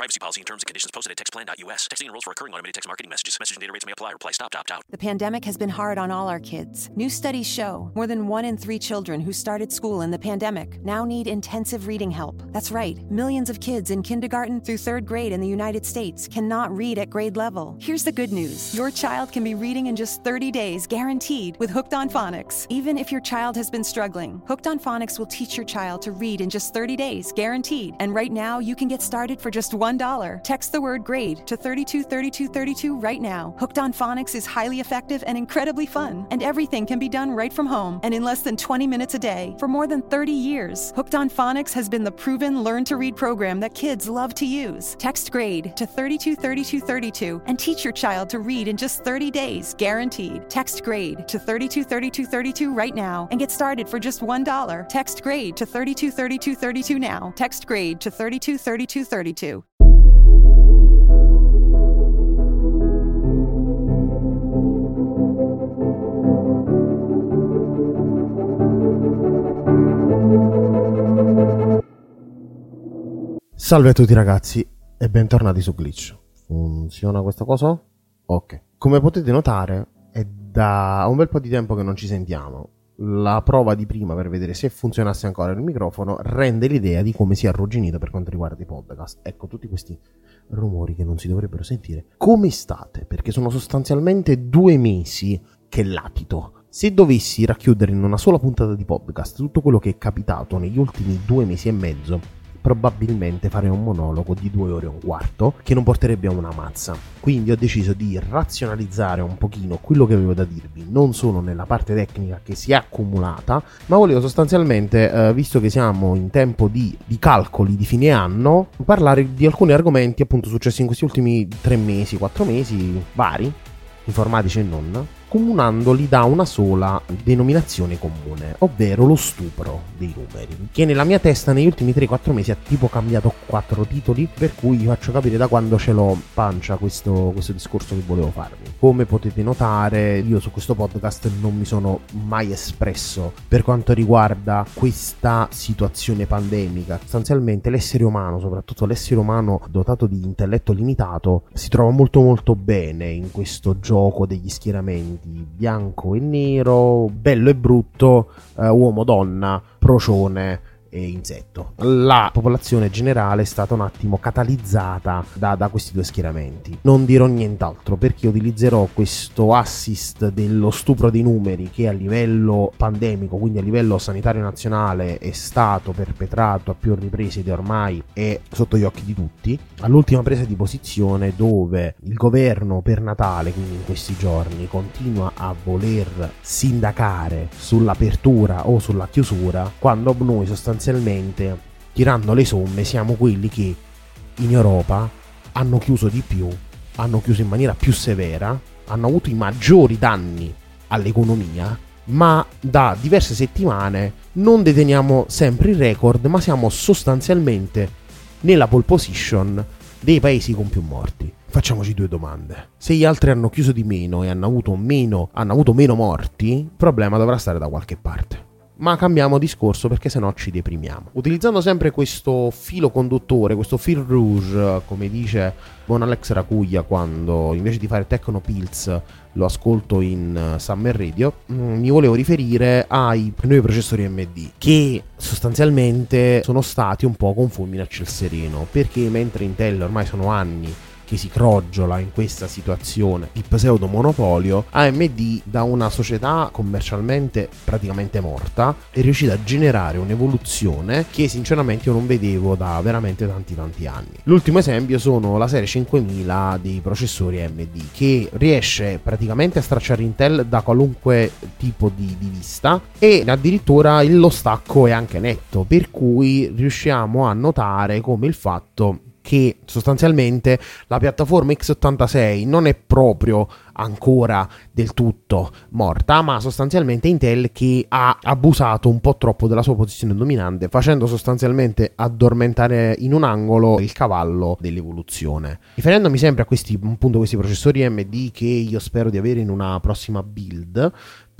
privacy policy and terms and conditions posted at textplan.us. Texting enrolls for recurring automated text marketing messages. Message and data rates may apply. Reply stop to opt out. The pandemic has been hard on all our kids. New studies show more than 1 in 3 children who started school in the pandemic now need intensive reading help. That's right. Millions of kids in kindergarten through 3rd grade in the United States cannot read at grade level. Here's the good news. Your child can be reading in just 30 days, guaranteed, with Hooked on Phonics. Even if your child has been struggling, Hooked on Phonics will teach your child to read in just 30 days, guaranteed. And right now, you can get started for just $1. Text the word GRADE to 323232 right now. Hooked on Phonics is highly effective and incredibly fun. And everything can be done right from home and in less than 20 minutes a day. For more than 30 years, Hooked on Phonics has been the proven learn-to-read program that kids love to use. Text GRADE to 323232 and teach your child to read in just 30 days, guaranteed. Text GRADE to 323232 right now and get started for just $1. Text GRADE to 323232 now. Text GRADE to 323232. Salve a tutti ragazzi e bentornati su Glitch. Funziona questa cosa? Ok. Come potete notare è da un bel po' di tempo che non ci sentiamo. La prova di prima per vedere se funzionasse ancora il microfono rende l'idea di come sia arrugginito per quanto riguarda i podcast. Ecco, tutti questi rumori che non si dovrebbero sentire. Come state? Perché sono sostanzialmente 2 mesi che latito. Se dovessi racchiudere in una sola puntata di podcast tutto quello che è capitato negli ultimi 2 mesi e mezzo, probabilmente farei un monologo di 2 ore e un quarto che non porterebbe a una mazza. Quindi ho deciso di razionalizzare un pochino quello che avevo da dirvi, non solo nella parte tecnica che si è accumulata, ma volevo sostanzialmente, visto che siamo in tempo di calcoli di fine anno, parlare di alcuni argomenti appunto successi in questi ultimi 3 mesi, 4 mesi, vari, informatici e non, comunandoli da una sola denominazione comune, ovvero lo stupro dei numeri, che nella mia testa negli ultimi 3-4 mesi ha tipo cambiato 4 titoli, per cui vi faccio capire da quando ce l'ho pancia questo discorso che volevo farvi. Come potete notare, io su questo podcast non mi sono mai espresso per quanto riguarda questa situazione pandemica. Sostanzialmente l'essere umano, soprattutto l'essere umano dotato di intelletto limitato, si trova molto molto bene in questo gioco degli schieramenti bianco e nero, bello e brutto, uomo-donna, procione e insetto. La popolazione generale è stata un attimo catalizzata da questi 2 schieramenti. Non dirò nient'altro perché utilizzerò questo assist dello stupro dei numeri che a livello pandemico, quindi a livello sanitario nazionale, è stato perpetrato a più riprese ed ormai è sotto gli occhi di tutti. All'ultima presa di posizione, dove il governo per Natale, quindi in questi giorni, continua a voler sindacare sull'apertura o sulla chiusura, quando noi sostanzialmente, tirando le somme, siamo quelli che in Europa hanno chiuso di più, hanno chiuso in maniera più severa, hanno avuto i maggiori danni all'economia, ma da diverse settimane non deteniamo sempre il record, ma siamo sostanzialmente nella pole position dei paesi con più morti. Facciamoci 2 domande. Se gli altri hanno chiuso di meno e hanno avuto meno morti, il problema dovrà stare da qualche parte. Ma cambiamo discorso perché sennò ci deprimiamo. Utilizzando sempre questo filo conduttore, questo fil rouge, come dice buon Alex Racuglia quando invece di fare Techno Pills lo ascolto in Summer Radio, mi volevo riferire ai nuovi processori AMD, che sostanzialmente sono stati un po' con fulmine a ciel sereno, perché mentre Intel ormai sono anni che si crogiola in questa situazione di pseudo monopolio, AMD, da una società commercialmente praticamente morta, è riuscita a generare un'evoluzione che sinceramente io non vedevo da veramente tanti anni. L'ultimo esempio sono la serie 5000 dei processori AMD, che riesce praticamente a stracciare Intel da qualunque tipo di vista, e addirittura lo stacco è anche netto, per cui riusciamo a notare come il fatto che sostanzialmente la piattaforma x86 non è proprio ancora del tutto morta, ma sostanzialmente Intel che ha abusato un po' troppo della sua posizione dominante, facendo sostanzialmente addormentare in un angolo il cavallo dell'evoluzione. Riferendomi sempre a questi processori AMD che io spero di avere in una prossima build,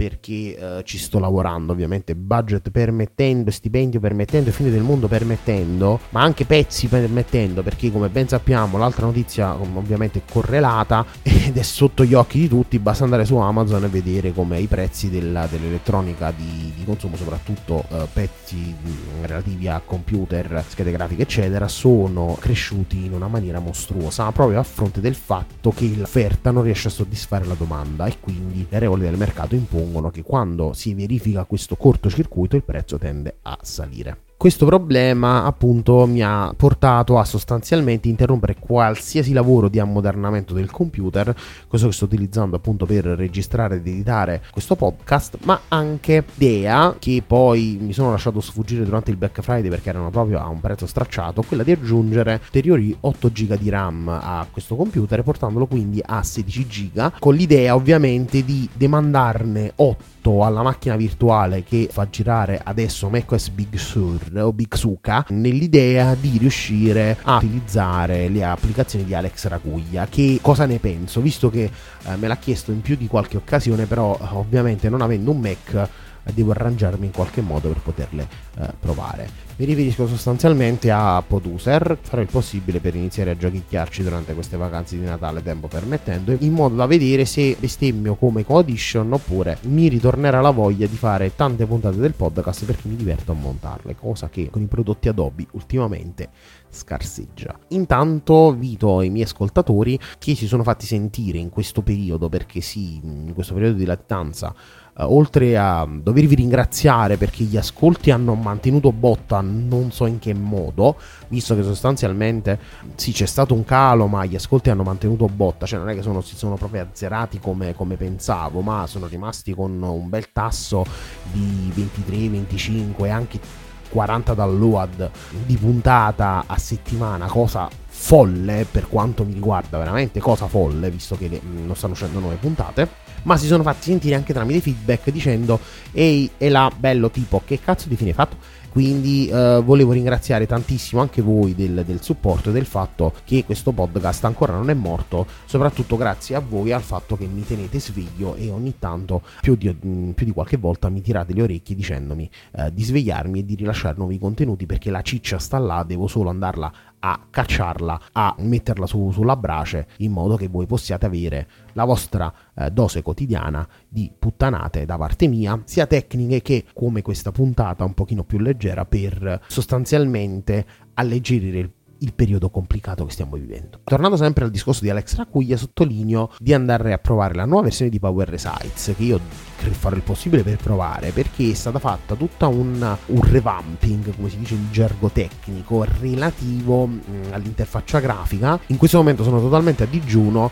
perché ci sto lavorando, ovviamente budget permettendo, stipendio permettendo, fine del mondo permettendo, ma anche pezzi permettendo, perché come ben sappiamo l'altra notizia ovviamente correlata ed è sotto gli occhi di tutti, basta andare su Amazon e vedere come i prezzi dell'elettronica di consumo, soprattutto pezzi relativi a computer, schede grafiche eccetera, sono cresciuti in una maniera mostruosa, proprio a fronte del fatto che l'offerta non riesce a soddisfare la domanda e quindi le regole del mercato impongono che quando si verifica questo cortocircuito il prezzo tende a salire. Questo problema appunto mi ha portato a sostanzialmente interrompere qualsiasi lavoro di ammodernamento del computer, questo che sto utilizzando appunto per registrare ed editare questo podcast, ma anche idea che poi mi sono lasciato sfuggire durante il Black Friday perché erano proprio a un prezzo stracciato, quella di aggiungere ulteriori 8 GB di RAM a questo computer, portandolo quindi a 16 GB, con l'idea ovviamente di demandarne 8 alla macchina virtuale che fa girare adesso macOS Big Sur o Big Suka, nell'idea di riuscire a utilizzare le applicazioni di Alex Racuglia. Che cosa ne penso? Visto che me l'ha chiesto in più di qualche occasione, però ovviamente non avendo un Mac devo arrangiarmi in qualche modo per poterle provare. Mi riferisco sostanzialmente a Poduser. Farò il possibile per iniziare a giochicchiarci durante queste vacanze di Natale, tempo permettendo, in modo da vedere se bestemmio come co-audition oppure mi ritornerà la voglia di fare tante puntate del podcast, perché mi diverto a montarle, cosa che con i prodotti Adobe ultimamente scarseggia. Intanto invito i miei ascoltatori che si sono fatti sentire in questo periodo, perché sì, in questo periodo di latitanza, oltre a dovervi ringraziare perché gli ascolti hanno mantenuto botta non so in che modo, visto che sostanzialmente sì, c'è stato un calo ma gli ascolti hanno mantenuto botta, cioè non è che si sono proprio azzerati come pensavo, ma sono rimasti con un bel tasso di 23, 25 e anche 40 download di puntata a settimana, cosa folle per quanto mi riguarda, veramente cosa folle, visto che non stanno uscendo nuove puntate. Ma si sono fatti sentire anche tramite feedback dicendo: ehi, è là, bello, tipo, che cazzo di fine hai fatto? Quindi volevo ringraziare tantissimo anche voi del supporto e del fatto che questo podcast ancora non è morto, soprattutto grazie a voi, al fatto che mi tenete sveglio e ogni tanto più di qualche volta mi tirate le orecchie dicendomi di svegliarmi e di rilasciare nuovi contenuti, perché la ciccia sta là, devo solo andarla a cacciarla, a metterla sulla brace, in modo che voi possiate avere la vostra dose quotidiana di puttanate da parte mia, sia tecniche che come questa puntata un pochino più leggera, per sostanzialmente alleggerire il periodo complicato che stiamo vivendo. Tornando sempre al discorso di Alex Racuglia, sottolineo di andare a provare la nuova versione di Power Resides, che io farò il possibile per provare, perché è stata fatta tutta un revamping, come si dice in gergo tecnico, relativo all'interfaccia grafica. In questo momento sono totalmente a digiuno,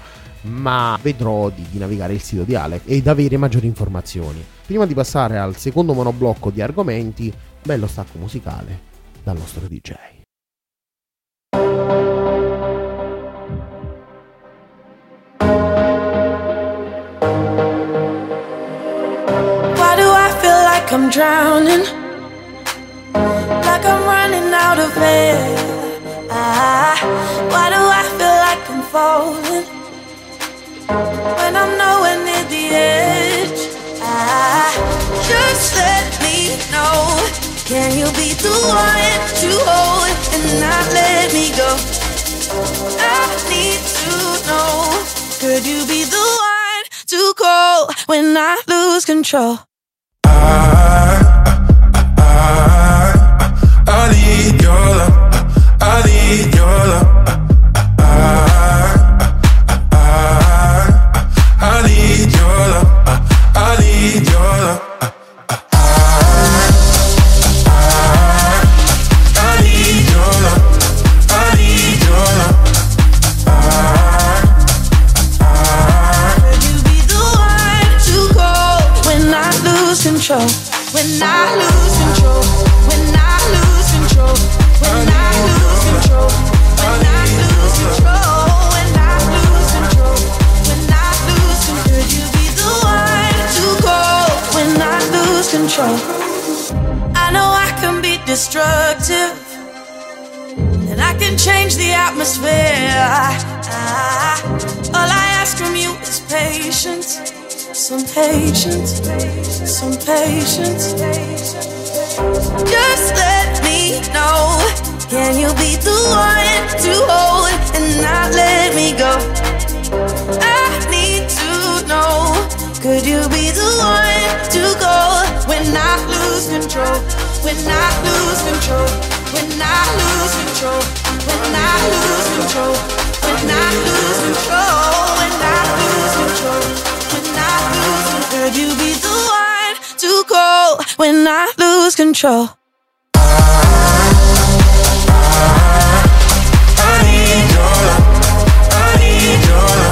ma vedrò di navigare il sito di Alex ed avere maggiori informazioni. Prima di passare al secondo monoblocco di argomenti, bello stacco musicale dal nostro DJ. I'm drowning, like I'm running out of air. Why do I feel like I'm falling when I'm nowhere near the edge? Just let me know, can you be the one to hold and not let me go? I need to know, could you be the one to call when I lose control? I need your love, I need your love. I need your love, I need your love. I need your love, I need your love. Could you be the one to call when I lose control? When I lose control. change the atmosphere. All I ask from you is patience, some patience, some patience. Just let me know, can you be the one to hold and not let me go? I need to know, could you be the one to go when I lose control? When I lose control, when I lose control, when I lose control, when I lose control, when I lose control, when I lose control. Could you be the one to go when I lose control? I need your love. I need your love.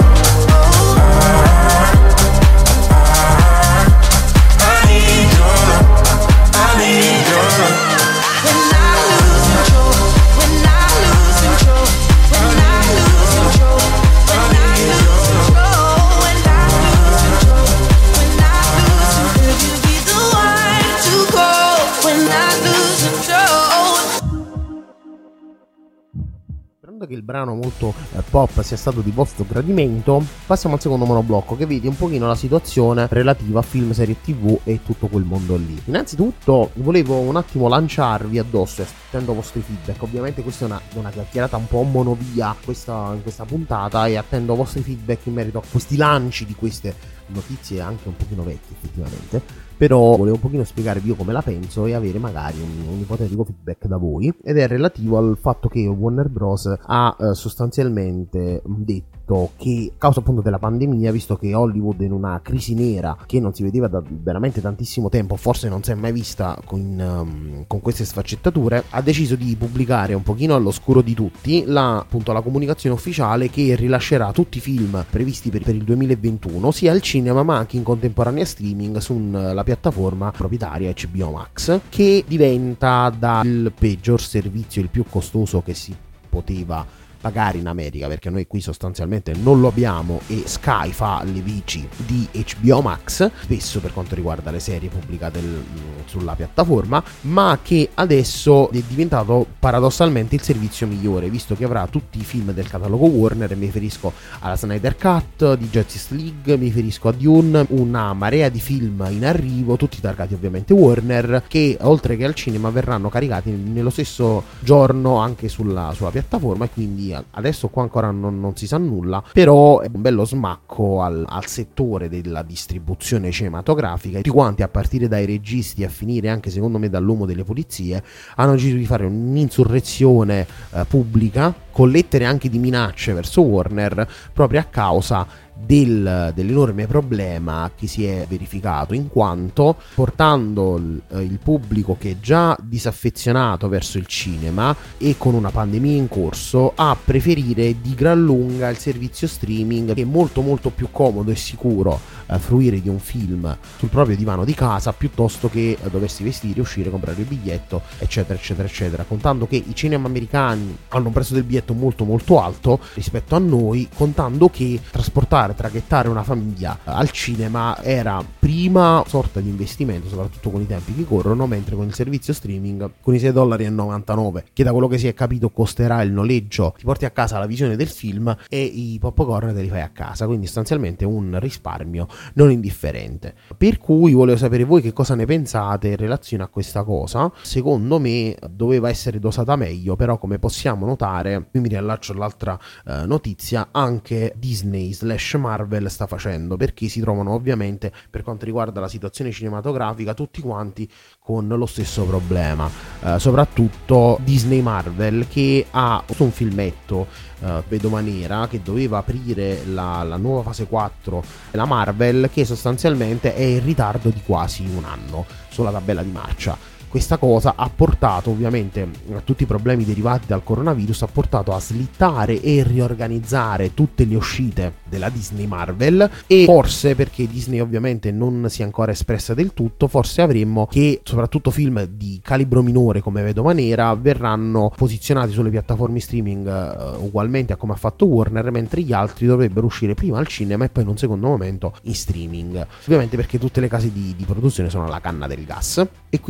Che il brano molto pop sia stato di vostro gradimento, passiamo al secondo monoblocco che vede un pochino la situazione relativa a film, serie tv e tutto quel mondo lì. Innanzitutto volevo un attimo lanciarvi addosso e attendo i vostri feedback. Ovviamente questa è una chiacchierata un po' monovia in questa puntata, e attendo i vostri feedback in merito a questi lanci di queste notizie anche un pochino vecchie effettivamente. Però volevo un pochino spiegarvi io come la penso e avere magari un ipotetico feedback da voi, ed è relativo al fatto che Warner Bros. Ha sostanzialmente detto che a causa appunto della pandemia, visto che Hollywood è in una crisi nera che non si vedeva da veramente tantissimo tempo, forse non si è mai vista con queste sfaccettature, ha deciso di pubblicare un pochino all'oscuro di tutti la comunicazione ufficiale che rilascerà tutti i film previsti per il 2021 sia al cinema ma anche in contemporanea streaming sulla piattaforma proprietaria HBO Max, che diventa dal peggior servizio, il più costoso che si poteva pagare in America, perché noi qui sostanzialmente non lo abbiamo e Sky fa le vici di HBO Max spesso per quanto riguarda le serie pubblicate sulla piattaforma, ma che adesso è diventato paradossalmente il servizio migliore, visto che avrà tutti i film del catalogo Warner. Mi riferisco alla Snyder Cut di Justice League, mi riferisco a Dune, una marea di film in arrivo, tutti targati ovviamente Warner, che oltre che al cinema verranno caricati nello stesso giorno anche sulla piattaforma, e quindi adesso qua ancora non si sa nulla, però è un bello smacco al settore della distribuzione cinematografica. Tutti quanti, a partire dai registi a finire anche secondo me dall'uomo delle polizie, hanno deciso di fare un'insurrezione pubblica con lettere anche di minacce verso Warner, proprio a causa dell'enorme problema che si è verificato, in quanto portando il pubblico che è già disaffezionato verso il cinema e con una pandemia in corso a preferire di gran lunga il servizio streaming, che è molto molto più comodo e sicuro fruire di un film sul proprio divano di casa piuttosto che doversi vestire, uscire, comprare il biglietto, eccetera eccetera eccetera, contando che i cinema americani hanno un prezzo del biglietto molto molto alto rispetto a noi, contando che traghettare una famiglia al cinema era prima sorta di investimento, soprattutto con i tempi che corrono, mentre con il servizio streaming, con i $6,99 che da quello che si è capito costerà il noleggio, ti porti a casa la visione del film e i popcorn te li fai a casa, quindi sostanzialmente un risparmio non indifferente. Per cui volevo sapere voi che cosa ne pensate in relazione a questa cosa. Secondo me doveva essere dosata meglio, però come possiamo notare, qui mi riallaccio all'altra notizia, anche Disney / Marvel sta facendo, perché si trovano ovviamente, per quanto riguarda la situazione cinematografica, tutti quanti con lo stesso problema, soprattutto Disney Marvel, che ha un filmetto Vedova Nera che doveva aprire la nuova fase 4 della Marvel, che sostanzialmente è in ritardo di quasi un anno sulla tabella di marcia. Questa cosa ha portato ovviamente a tutti i problemi derivati dal coronavirus, ha portato a slittare e riorganizzare tutte le uscite della Disney Marvel, e forse, perché Disney ovviamente non si è ancora espressa del tutto, forse avremmo che soprattutto film di calibro minore come Vedova Nera verranno posizionati sulle piattaforme streaming ugualmente a come ha fatto Warner, mentre gli altri dovrebbero uscire prima al cinema e poi in un secondo momento in streaming, ovviamente perché tutte le case di produzione sono alla canna del gas e quindi devono trovare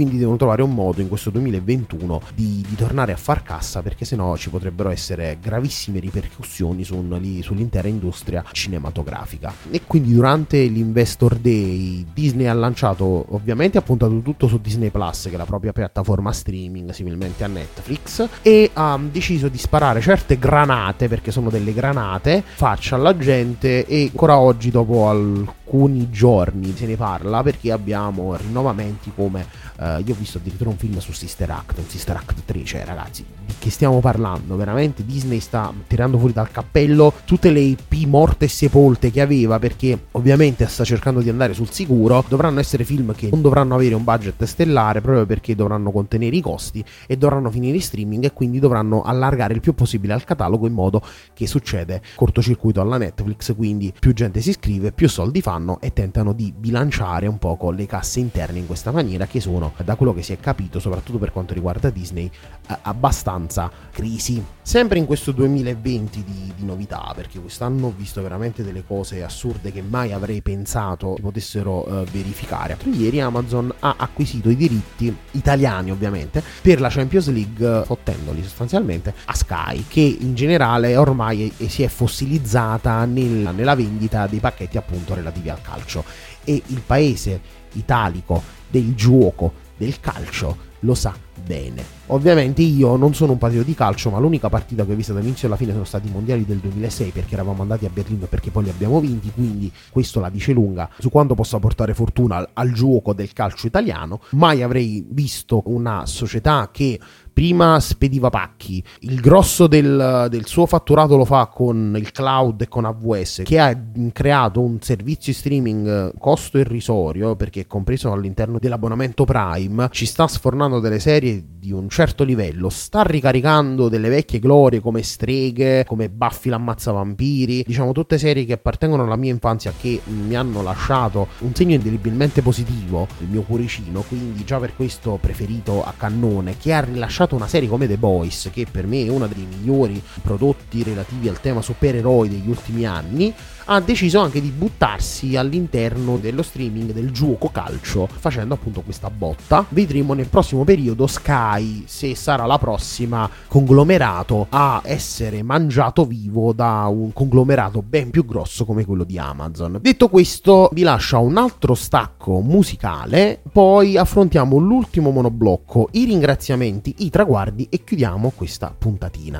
trovare un modo in questo 2021 di tornare a far cassa, perché sennò ci potrebbero essere gravissime ripercussioni sull'intera industria cinematografica. E quindi durante l'Investor Day Disney ha lanciato, ovviamente ha puntato tutto su Disney Plus, che è la propria piattaforma streaming similmente a Netflix, e ha deciso di sparare certe granate, perché sono delle granate, faccia alla gente. E ancora oggi, dopo alcuni giorni, se ne parla, perché abbiamo rinnovamenti come io ho visto addirittura un film su Sister Act 3, cioè ragazzi, di che stiamo parlando? Veramente Disney sta tirando fuori dal cappello tutte le IP morte e sepolte che aveva, perché ovviamente sta cercando di andare sul sicuro. Dovranno essere film che non dovranno avere un budget stellare, proprio perché dovranno contenere i costi e dovranno finire in streaming, e quindi dovranno allargare il più possibile al catalogo, in modo che succede cortocircuito alla Netflix, quindi più gente si iscrive, più soldi fanno, e tentano di bilanciare un poco le casse interne in questa maniera, che sono, da quello che si è capito, soprattutto per quanto riguarda Disney, abbastanza crisi. Sempre in questo 2020 di novità, perché quest'anno ho visto veramente delle cose assurde che mai avrei pensato potessero verificare. Ieri Amazon ha acquisito i diritti italiani, ovviamente, per la Champions League, fottendoli sostanzialmente a Sky, che in generale ormai si è fossilizzata nella vendita dei pacchetti appunto relativi al calcio, e il paese italico del gioco del calcio lo sa bene. Ovviamente io non sono un patito di calcio, ma l'unica partita che ho visto dall'inizio alla fine sono stati i mondiali del 2006, perché eravamo andati a Berlino, perché poi li abbiamo vinti, quindi questo la dice lunga su quanto possa portare fortuna al gioco del calcio italiano. Mai avrei visto una società che prima spediva pacchi, il grosso del suo fatturato lo fa con il cloud e con AWS, che ha creato un servizio streaming costo irrisorio, perché è compreso all'interno dell'abbonamento Prime, ci sta sfornando delle serie di un certo livello, sta ricaricando delle vecchie glorie come Streghe, come Buffy l'Ammazzavampiri, diciamo tutte serie che appartengono alla mia infanzia, che mi hanno lasciato un segno indelebilmente positivo nel mio cuoricino, quindi già per questo preferito a cannone, che ha rilasciato una serie come The Boys, che per me è uno dei migliori prodotti relativi al tema supereroi degli ultimi anni. Ha deciso anche di buttarsi all'interno dello streaming del gioco calcio, facendo appunto questa botta. Vedremo nel prossimo periodo Sky se sarà la prossima conglomerato a essere mangiato vivo da un conglomerato ben più grosso come quello di Amazon. Detto questo, vi lascio un altro stacco musicale, poi affrontiamo l'ultimo monoblocco, i ringraziamenti, i traguardi, e chiudiamo questa puntatina.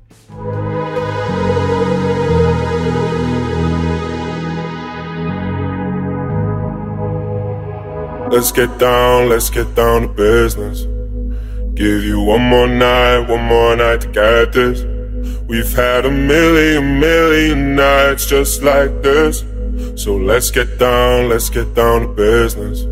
Let's get down to business. Give you one more night to get this. We've had a million nights just like this. So let's get down to business.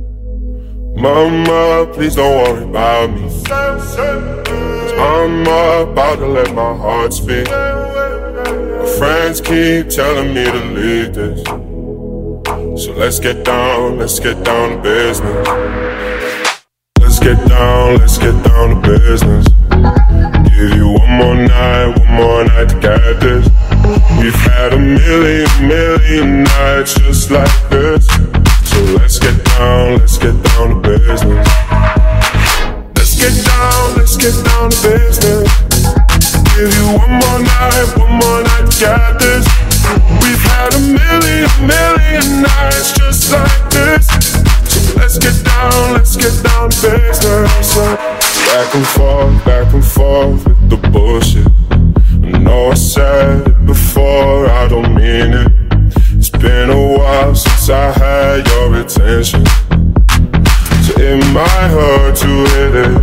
Mama, please don't worry about me, 'cause I'm about to let my heart speak. My friends keep telling me to leave this. So let's get down to business. Let's get down to business. Give you one more night to get this. We've had a million nights just like this. So let's get down to business. Let's get down to business. Give you one more night to get this. We've had a million nights just like this. So let's get down to business. Back and forth with the bullshit. I know I said it before, I don't mean it. It's been a while since I had your attention, so it might hurt to hit it.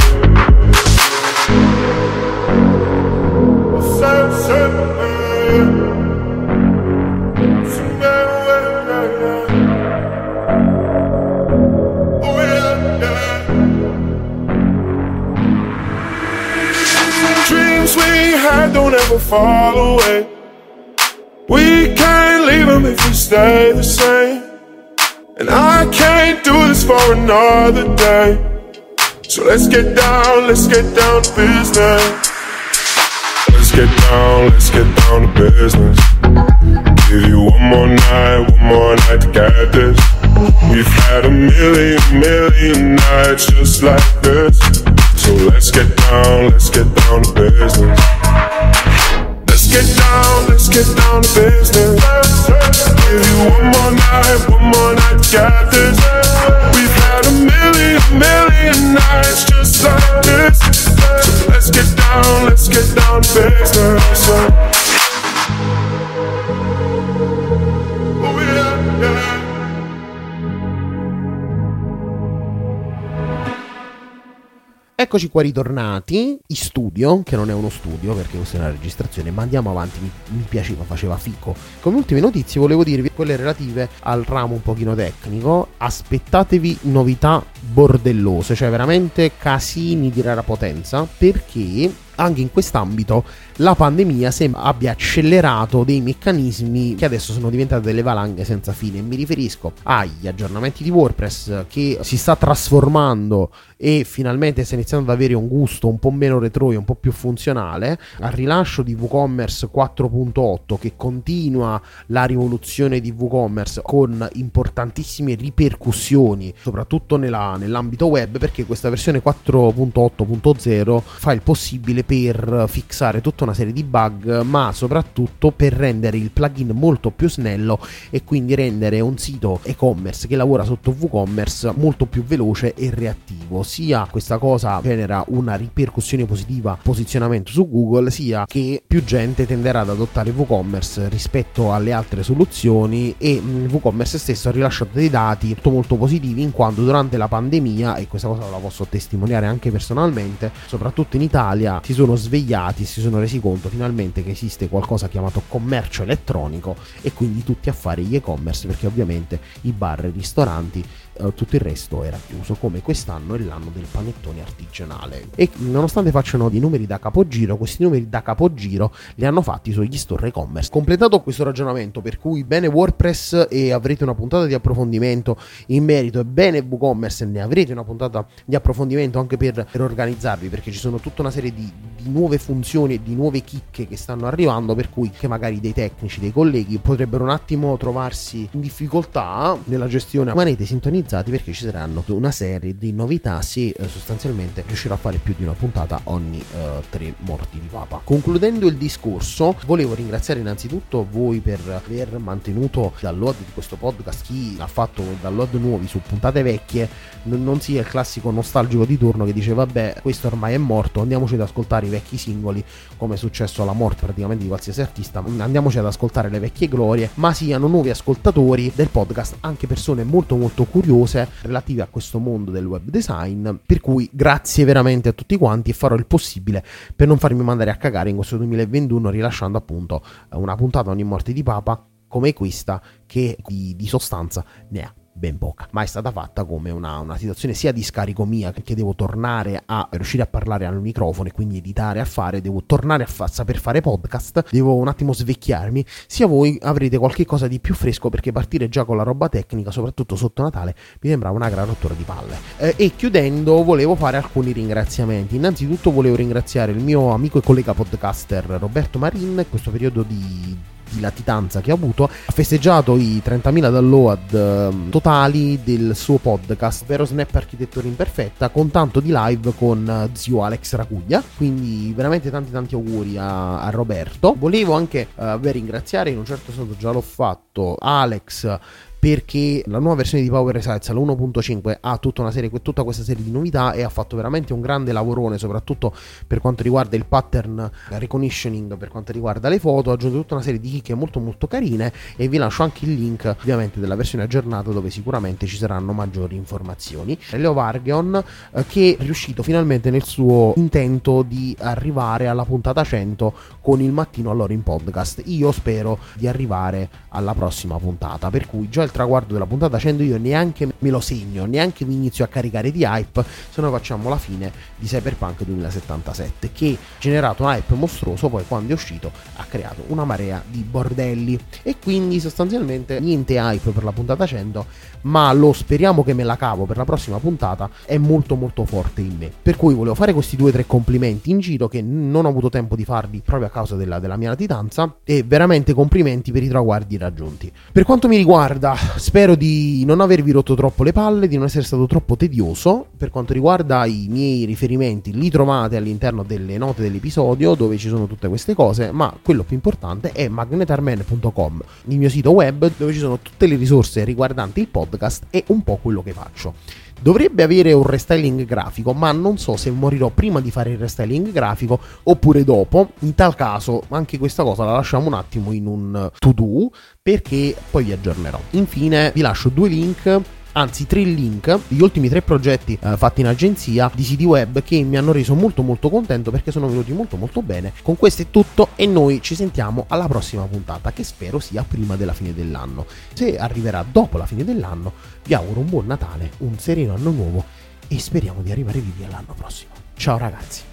Dreams we had don't ever fall away. We can't leave them if we stay the same. And I can't do this for another day. So let's get down to business. Let's get down to business. Give you one more night to get this. We've had a million nights just like this. So let's get down to business. Let's get down to business. Give you one more night, got this. We've had a million nights just like this. So let's get down to business. Oh yeah, yeah. Eccoci qua ritornati in studio, che non è uno studio perché questa è una registrazione, ma andiamo avanti, mi piaceva, faceva fico. Come ultime notizie volevo dirvi quelle relative al ramo un pochino tecnico. Aspettatevi novità bordellose, cioè veramente casini di rara potenza, perché anche in quest'ambito la pandemia sembra abbia accelerato dei meccanismi che adesso sono diventate delle valanghe senza fine. Mi riferisco agli aggiornamenti di WordPress, che si sta trasformando e finalmente sta iniziando ad avere un gusto un po' meno retro e un po' più funzionale, al rilascio di WooCommerce 4.8 che continua la rivoluzione di WooCommerce con importantissime ripercussioni soprattutto nell'ambito web, perché questa versione 4.8.0 fa il possibile per fixare tutta una serie di bug, ma soprattutto per rendere il plugin molto più snello e quindi rendere un sito e-commerce che lavora sotto WooCommerce molto più veloce e reattivo. Sia questa cosa genera una ripercussione positiva posizionamento su Google, sia che più gente tenderà ad adottare WooCommerce rispetto alle altre soluzioni, e WooCommerce stesso ha rilasciato dei dati molto positivi, in quanto durante la pandemia, e questa cosa la posso testimoniare anche personalmente, soprattutto in Italia si sono svegliati, si sono resi conto finalmente che esiste qualcosa chiamato commercio elettronico, e quindi tutti a fare gli e-commerce, perché ovviamente i bar, i ristoranti, tutto il resto era chiuso, come quest'anno è l'anno del panettone artigianale. E nonostante facciano dei numeri da capogiro, questi numeri da capogiro li hanno fatti sugli store e-commerce. Completato questo ragionamento, per cui bene WordPress e avrete una puntata di approfondimento in merito, e bene WooCommerce ne avrete una puntata di approfondimento anche per organizzarvi, perché ci sono tutta una serie di nuove funzioni e di nuove chicche che stanno arrivando, per cui che magari dei tecnici, dei colleghi potrebbero un attimo trovarsi in difficoltà nella gestione. Rimanete sintonizzati, perché ci saranno una serie di novità se sostanzialmente riuscirò a fare più di una puntata ogni 3 morti di papa. Concludendo il discorso, volevo ringraziare innanzitutto voi per aver mantenuto il download di questo podcast. Chi ha fatto download nuovi su puntate vecchie non sia il classico nostalgico di turno che dice vabbè, questo ormai è morto, andiamoci ad ascoltare i vecchi singoli, come è successo alla morte praticamente di qualsiasi artista, andiamoci ad ascoltare le vecchie glorie, ma siano nuovi ascoltatori del podcast anche persone molto molto curiose relative a questo mondo del web design, per cui grazie veramente a tutti quanti, e farò il possibile per non farmi mandare a cagare in questo 2021 rilasciando appunto una puntata ogni morte di papa come questa, che di sostanza ne ha ben poca, ma è stata fatta come una situazione sia di scarico mia, che devo tornare a riuscire a parlare al microfono e quindi editare, a fare, devo tornare a saper fare podcast, devo un attimo svecchiarmi, sia voi avrete qualche cosa di più fresco, perché partire già con la roba tecnica, soprattutto sotto Natale, mi sembrava una gran rottura di palle. E chiudendo volevo fare alcuni ringraziamenti. Innanzitutto volevo ringraziare il mio amico e collega podcaster Roberto Marin. In questo periodo di latitanza che ha avuto, ha festeggiato i 30.000 download totali del suo podcast, ovvero Snap Architettura Imperfetta, con tanto di live con zio Alex Racuglia, quindi veramente tanti auguri a Roberto. Volevo anche ringraziare, in un certo senso già l'ho fatto, Alex, perché la nuova versione di Power Resize, la 1.5, ha tutta questa serie di novità e ha fatto veramente un grande lavorone, soprattutto per quanto riguarda il pattern recognitioning, per quanto riguarda le foto. Ha aggiunto tutta una serie di chicche molto molto carine, e vi lascio anche il link ovviamente della versione aggiornata, dove sicuramente ci saranno maggiori informazioni. Leo Vargeon, che è riuscito finalmente nel suo intento di arrivare alla puntata 100 con il mattino all'ora in podcast. Io spero di arrivare alla prossima puntata, per cui già il traguardo della puntata 100 io neanche me lo segno, neanche mi inizio a caricare di hype, se no facciamo la fine di Cyberpunk 2077, che generato un hype mostruoso, poi quando è uscito ha creato una marea di bordelli, e quindi sostanzialmente niente hype per la puntata 100, ma lo speriamo che me la cavo per la prossima puntata, è molto molto forte in me, per cui volevo fare questi 2 o 3 complimenti in giro che non ho avuto tempo di farvi proprio a causa della mia latitanza, e veramente complimenti per i traguardi raggiunti. Per quanto mi riguarda, spero di non avervi rotto troppo le palle, di non essere stato troppo tedioso. Per quanto riguarda i miei riferimenti, li trovate all'interno delle note dell'episodio, dove ci sono tutte queste cose, ma quello più importante è magnetarman.com, il mio sito web dove ci sono tutte le risorse riguardanti il podcast e un po' quello che faccio. Dovrebbe avere un restyling grafico, ma non so se morirò prima di fare il restyling grafico oppure dopo. In tal caso anche questa cosa la lasciamo un attimo in un to do, perché poi vi aggiornerò. Infine vi lascio 2 link, anzi 3 link, gli ultimi 3 progetti fatti in agenzia di siti web che mi hanno reso molto contento, perché sono venuti molto bene. Con questo è tutto e noi ci sentiamo alla prossima puntata, che spero sia prima della fine dell'anno. Se arriverà dopo la fine dell'anno, vi auguro un buon Natale, un sereno anno nuovo e speriamo di arrivare vivi all'anno prossimo. Ciao ragazzi.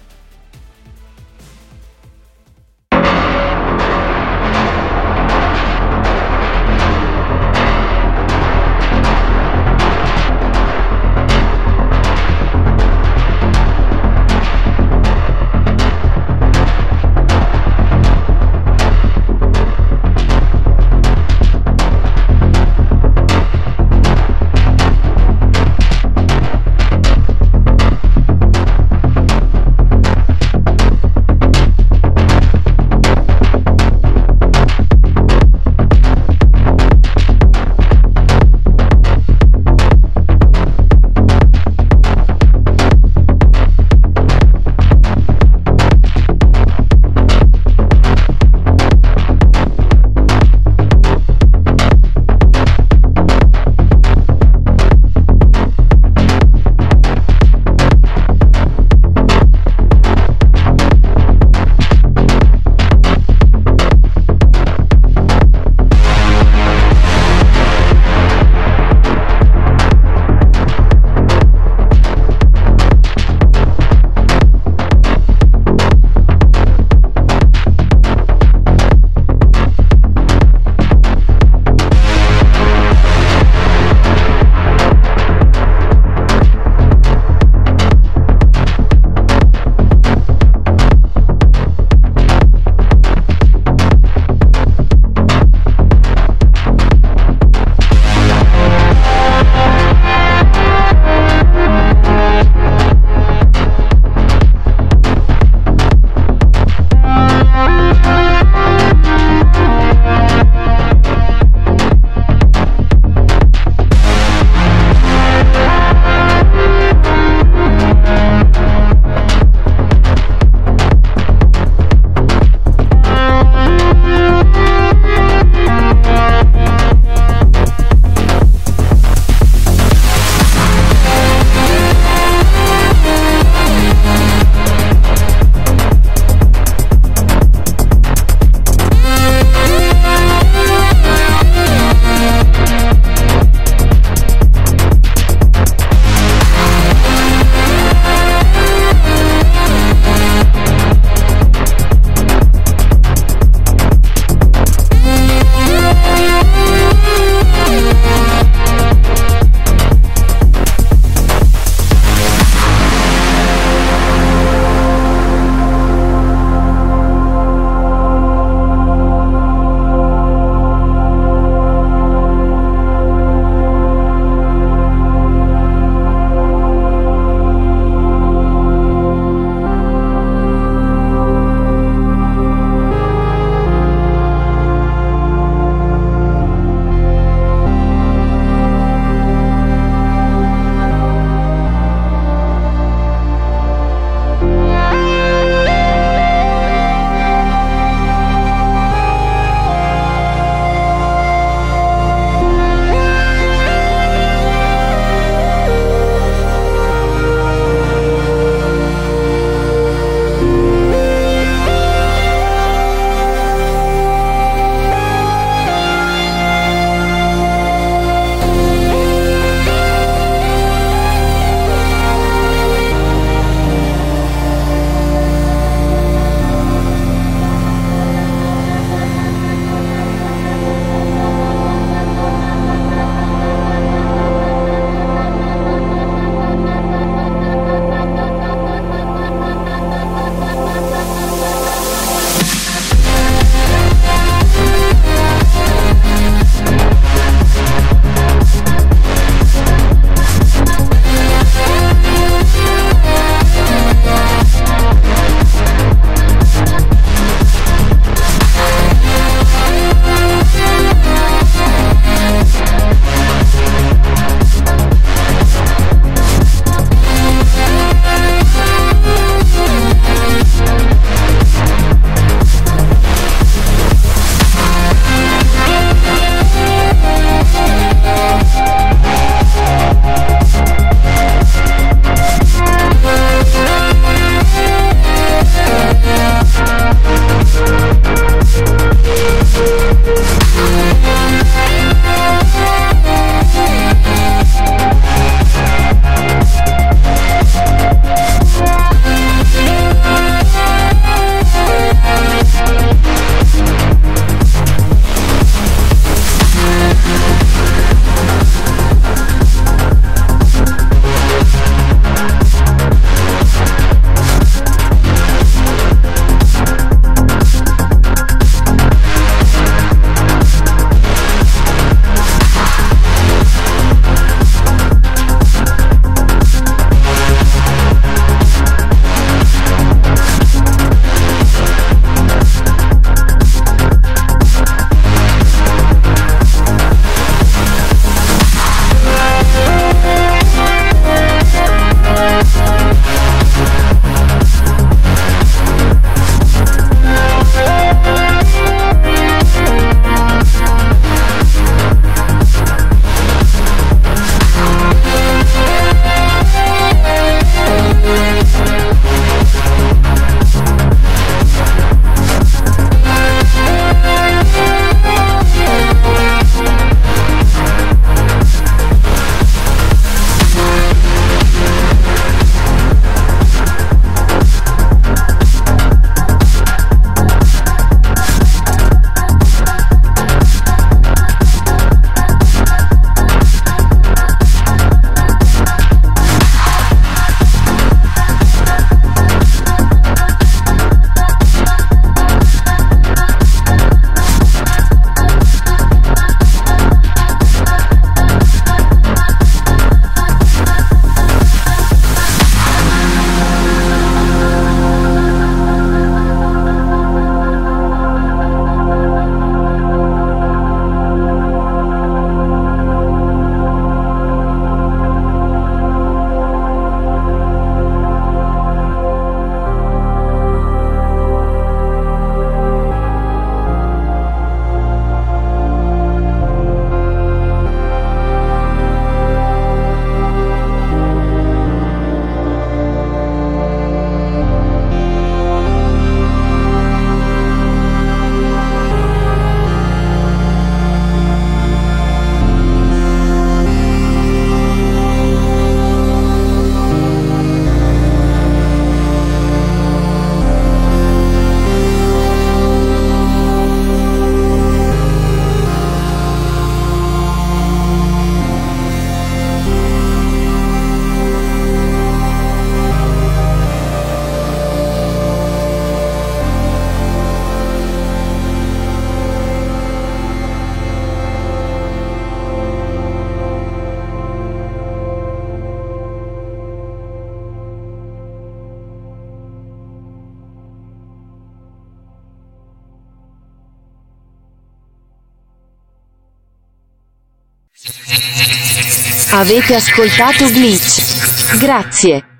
Avete ascoltato Glitch. Grazie.